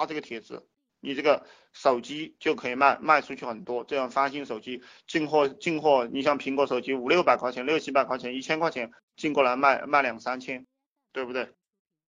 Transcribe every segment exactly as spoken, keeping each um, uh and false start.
刷这个帖子，你这个手机就可以卖卖出去很多。这样翻新手机进货进货，你像苹果手机五六百块钱、六七百块钱、一千块钱进过来卖卖两三千，对不对？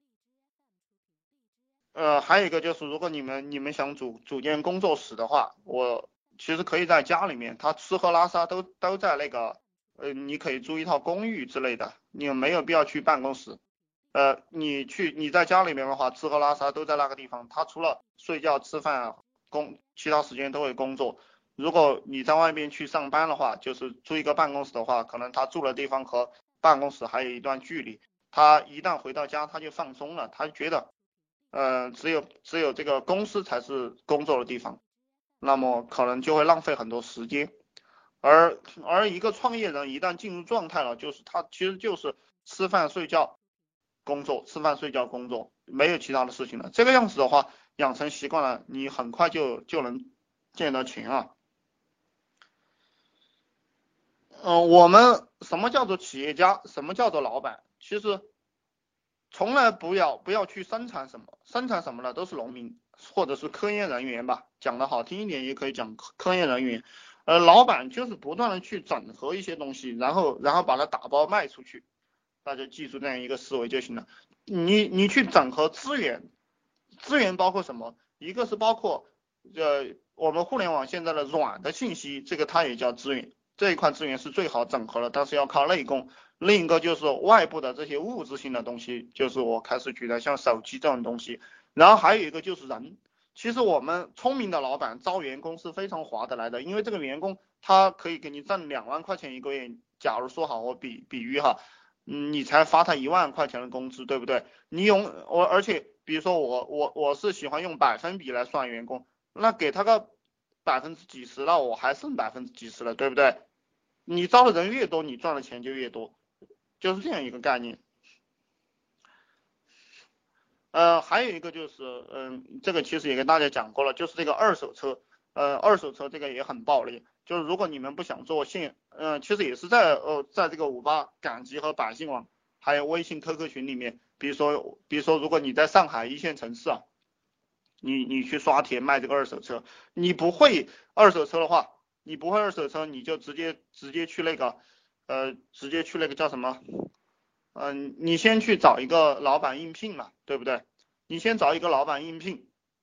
呃，还有一个就是，如果你们你们想组组建工作室的话，我其实可以在家里面，他吃喝拉撒都都在那个，呃，你可以租一套公寓之类的，你没有必要去办公室。呃，你去你在家里面的话，吃喝拉撒都在那个地方，他除了睡觉吃饭工，其他时间都会工作。如果你在外面去上班的话，就是租一个办公室的话，可能他住的地方和办公室还有一段距离，他一旦回到家他就放松了，他觉得。呃，只有只有这个公司才是工作的地方，那么可能就会浪费很多时间。而而一个创业人一旦进入状态了，就是他其实就是吃饭睡觉工作，吃饭睡觉工作，没有其他的事情了。这个样子的话，养成习惯了，你很快就就能见到钱啊。嗯、呃我们什么叫做企业家？什么叫做老板？其实从来不要不要去生产什么，生产什么呢？都是农民或者是科研人员吧，讲的好听一点也可以讲科科研人员。呃，老板就是不断的去整合一些东西，然后然后把它打包卖出去，大家记住这样一个思维就行了。你你去整合资源，资源包括什么？一个是包括呃我们互联网现在的软的信息，这个它也叫资源，这一块资源是最好整合的，但是要靠内功。另一个就是外部的这些物质性的东西，就是我开始举的像手机这种东西，然后还有一个就是人。其实我们聪明的老板招员工是非常划得来的，因为这个员工他可以给你挣两万块钱一个月。假如说好，我比比喻哈，嗯，你才发他一万块钱的工资，对不对？你用我，而且比如说我我我是喜欢用百分比来算员工，那给他个百分之几十，那我还剩百分之几十了，对不对？你招的人越多，你赚的钱就越多。就是这样一个概念。呃，还有一个就是，嗯，这个其实也跟大家讲过了，就是这个二手车，呃，二手车这个也很暴利。就是如果你们不想做现，呃，其实也是在呃，在这个五八赶集和百姓网，还有微信 Q Q 群里面，比如说，比如说，如果你在上海一线城市啊，你你去刷帖卖这个二手车，你不会二手车的话，你不会二手车，你就直接直接去那个，呃，直接去那个叫什么？嗯，你先去找一个老板应聘嘛，对不对？你先找一个老板应聘，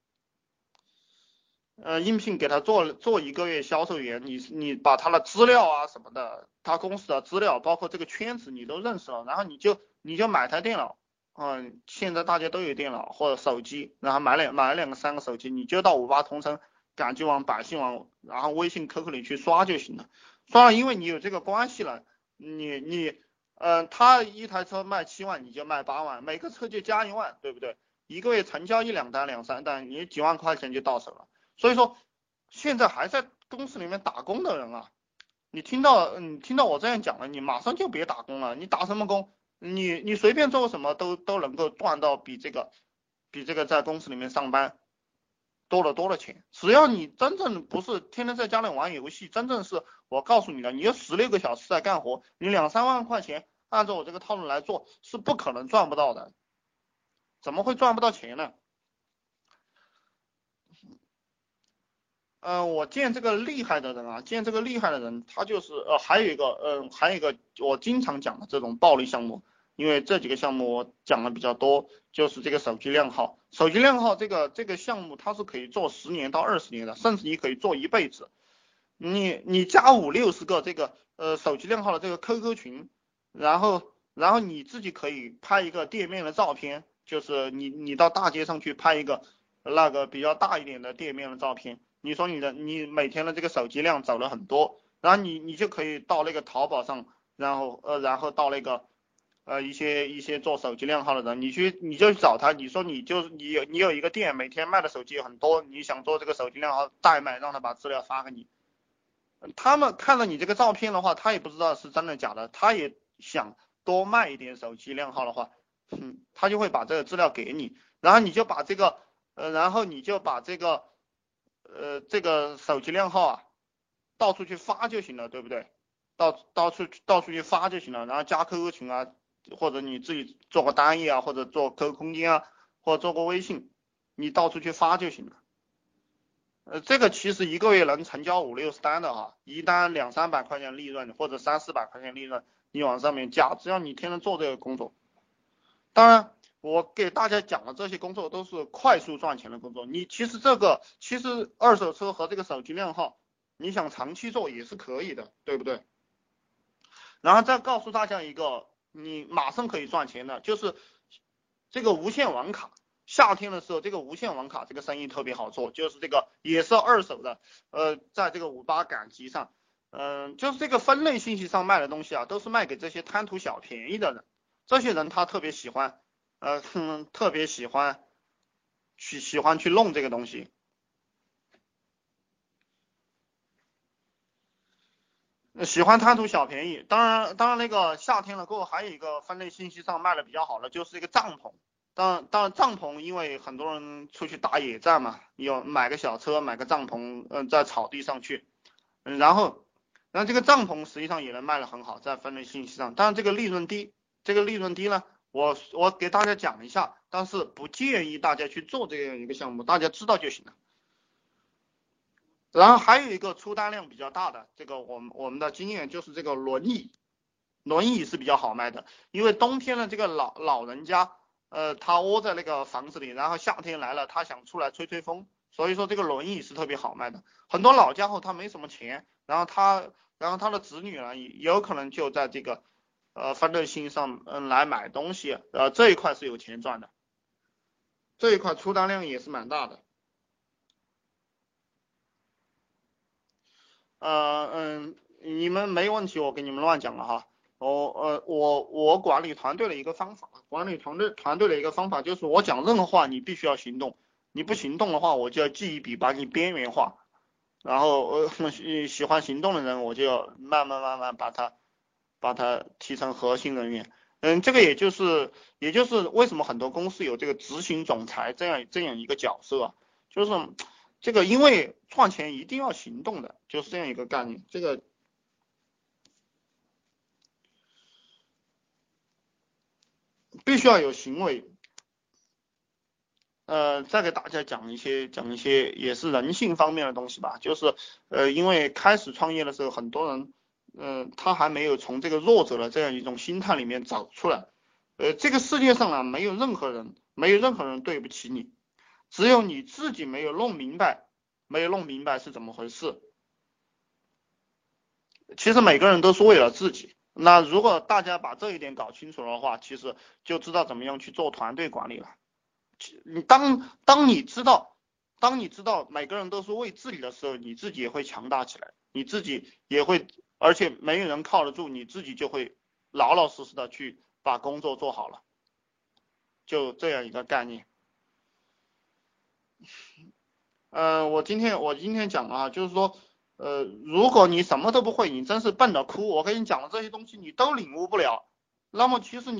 呃，应聘给他做做一个月销售员，你你把他的资料啊什么的，他公司的资料，包括这个圈子你都认识了，然后你就你就买台电脑，嗯，现在大家都有电脑或者手机，然后买两买两个三个手机，你就到五八同城、赶集网、百姓网，然后微信、Q Q 里去刷就行了。刷了，因为你有这个关系了，你你，嗯，他一台车卖七万，你就卖八万，每个车就加一万，对不对？一个月成交一两单、两三单，你几万块钱就到手了。所以说，现在还在公司里面打工的人啊，你听到你听到我这样讲了，你马上就别打工了，你打什么工？你你随便做什么都都能够赚到比这个比这个在公司里面上班多得多的钱。只要你真正不是天天在家里玩游戏，真正是我告诉你的，你有十六个小时在干活，你两三万块钱按照我这个套路来做是不可能赚不到的。怎么会赚不到钱呢？嗯、呃我见这个厉害的人啊，见这个厉害的人，他就是呃，还有一个，嗯、呃，还有一个我经常讲的这种暴利项目，因为这几个项目我讲的比较多，就是这个手机靓号。手机靓号这个这个项目，它是可以做十年到二十年的，甚至你可以做一辈子。你你加五六十个这个呃手机靓号的这个 Q Q 群，然后然后你自己可以拍一个店面的照片，就是你你到大街上去拍一个那个比较大一点的店面的照片，你说你的你每天的这个手机量走了很多，然后你你就可以到那个淘宝上，然后呃然后到那个呃一些一些做手机靓号的人，你去你就去找他，你说你就你有你有一个店，每天卖的手机很多，你想做这个手机靓号代卖，让他把资料发给你。他们看了你这个照片的话，他也不知道是真的假的，他也想多卖一点手机靓号的话，嗯，他就会把这个资料给你，然后你就把这个，呃，然后你就把这个，呃，这个手机靓号啊，到处去发就行了，对不对？到到处到处去发就行了，然后加 Q Q 群啊，或者你自己做个单页啊，或者做 Q Q 空间啊，或者做个微信。 你到处去发就行了。呃，这个其实一个月能成交五六十单的哈，一单两三百块钱利润或者三四百块钱利润，你往上面加，只要你天天做这个工作。当然，我给大家讲的这些工作都是快速赚钱的工作。你其实这个其实二手车和这个手机靓号，你想长期做也是可以的，对不对？然后再告诉大家一个你马上可以赚钱的，就是这个无线网卡。夏天的时候，这个无线网卡这个生意特别好做，就是这个也是二手的，呃，在这个五八赶集上，嗯、呃，就是这个分类信息上卖的东西啊，都是卖给这些贪图小便宜的人，这些人他特别喜欢，呃，哼特别喜欢去喜欢去弄这个东西。喜欢贪图小便宜，当然，当然那个夏天了过后，还有一个分类信息上卖的比较好的，就是一个帐篷。当然，当然帐篷，因为很多人出去打野战嘛，有买个小车，买个帐篷，嗯、在草地上去，嗯，然后，然后这个帐篷实际上也能卖的很好，在分类信息上，但是这个利润低，这个利润低呢，我我给大家讲一下，但是不建议大家去做这样一个项目，大家知道就行了。然后还有一个出单量比较大的，这个我们我们的经验就是这个轮椅，轮椅是比较好卖的，因为冬天的这个老老人家，呃，他窝在那个房子里，然后夏天来了，他想出来吹吹风，所以说这个轮椅是特别好卖的。很多老家伙他没什么钱，然后他，然后他的子女呢，也有可能就在这个呃分类信上，嗯，来买东西，呃，这一块是有钱赚的，这一块出单量也是蛮大的。呃嗯，你们没问题，我给你们乱讲了哈。我呃我我管理团队的一个方法，管理团队团队的一个方法就是我讲任何话你必须要行动，你不行动的话我就要记一笔把你边缘化，然后呃喜喜欢行动的人我就要慢慢慢慢把他把他提成核心人员。嗯，这个也就是也就是为什么很多公司有这个执行总裁这样这样一个角色啊，就是这个因为赚钱一定要行动的，就是这样一个概念。这个必须要有行为。呃，再给大家讲一些讲一些也是人性方面的东西吧，就是呃，因为开始创业的时候，很多人，呃，他还没有从这个弱者的这样一种心态里面走出来。呃，这个世界上啊，没有任何人，没有任何人对不起你，只有你自己没有弄明白，没有弄明白是怎么回事。其实每个人都是为了自己。那如果大家把这一点搞清楚的话，其实就知道怎么样去做团队管理了。你当当你知道，当你知道每个人都是为自己的时候，你自己也会强大起来，你自己也会，而且没有人靠得住，你自己就会老老实实的去把工作做好了，就这样一个概念。呃，我今天我今天讲啊，就是说，呃，如果你什么都不会，你真是笨的哭，我跟你讲的这些东西你都领悟不了，那么其实你。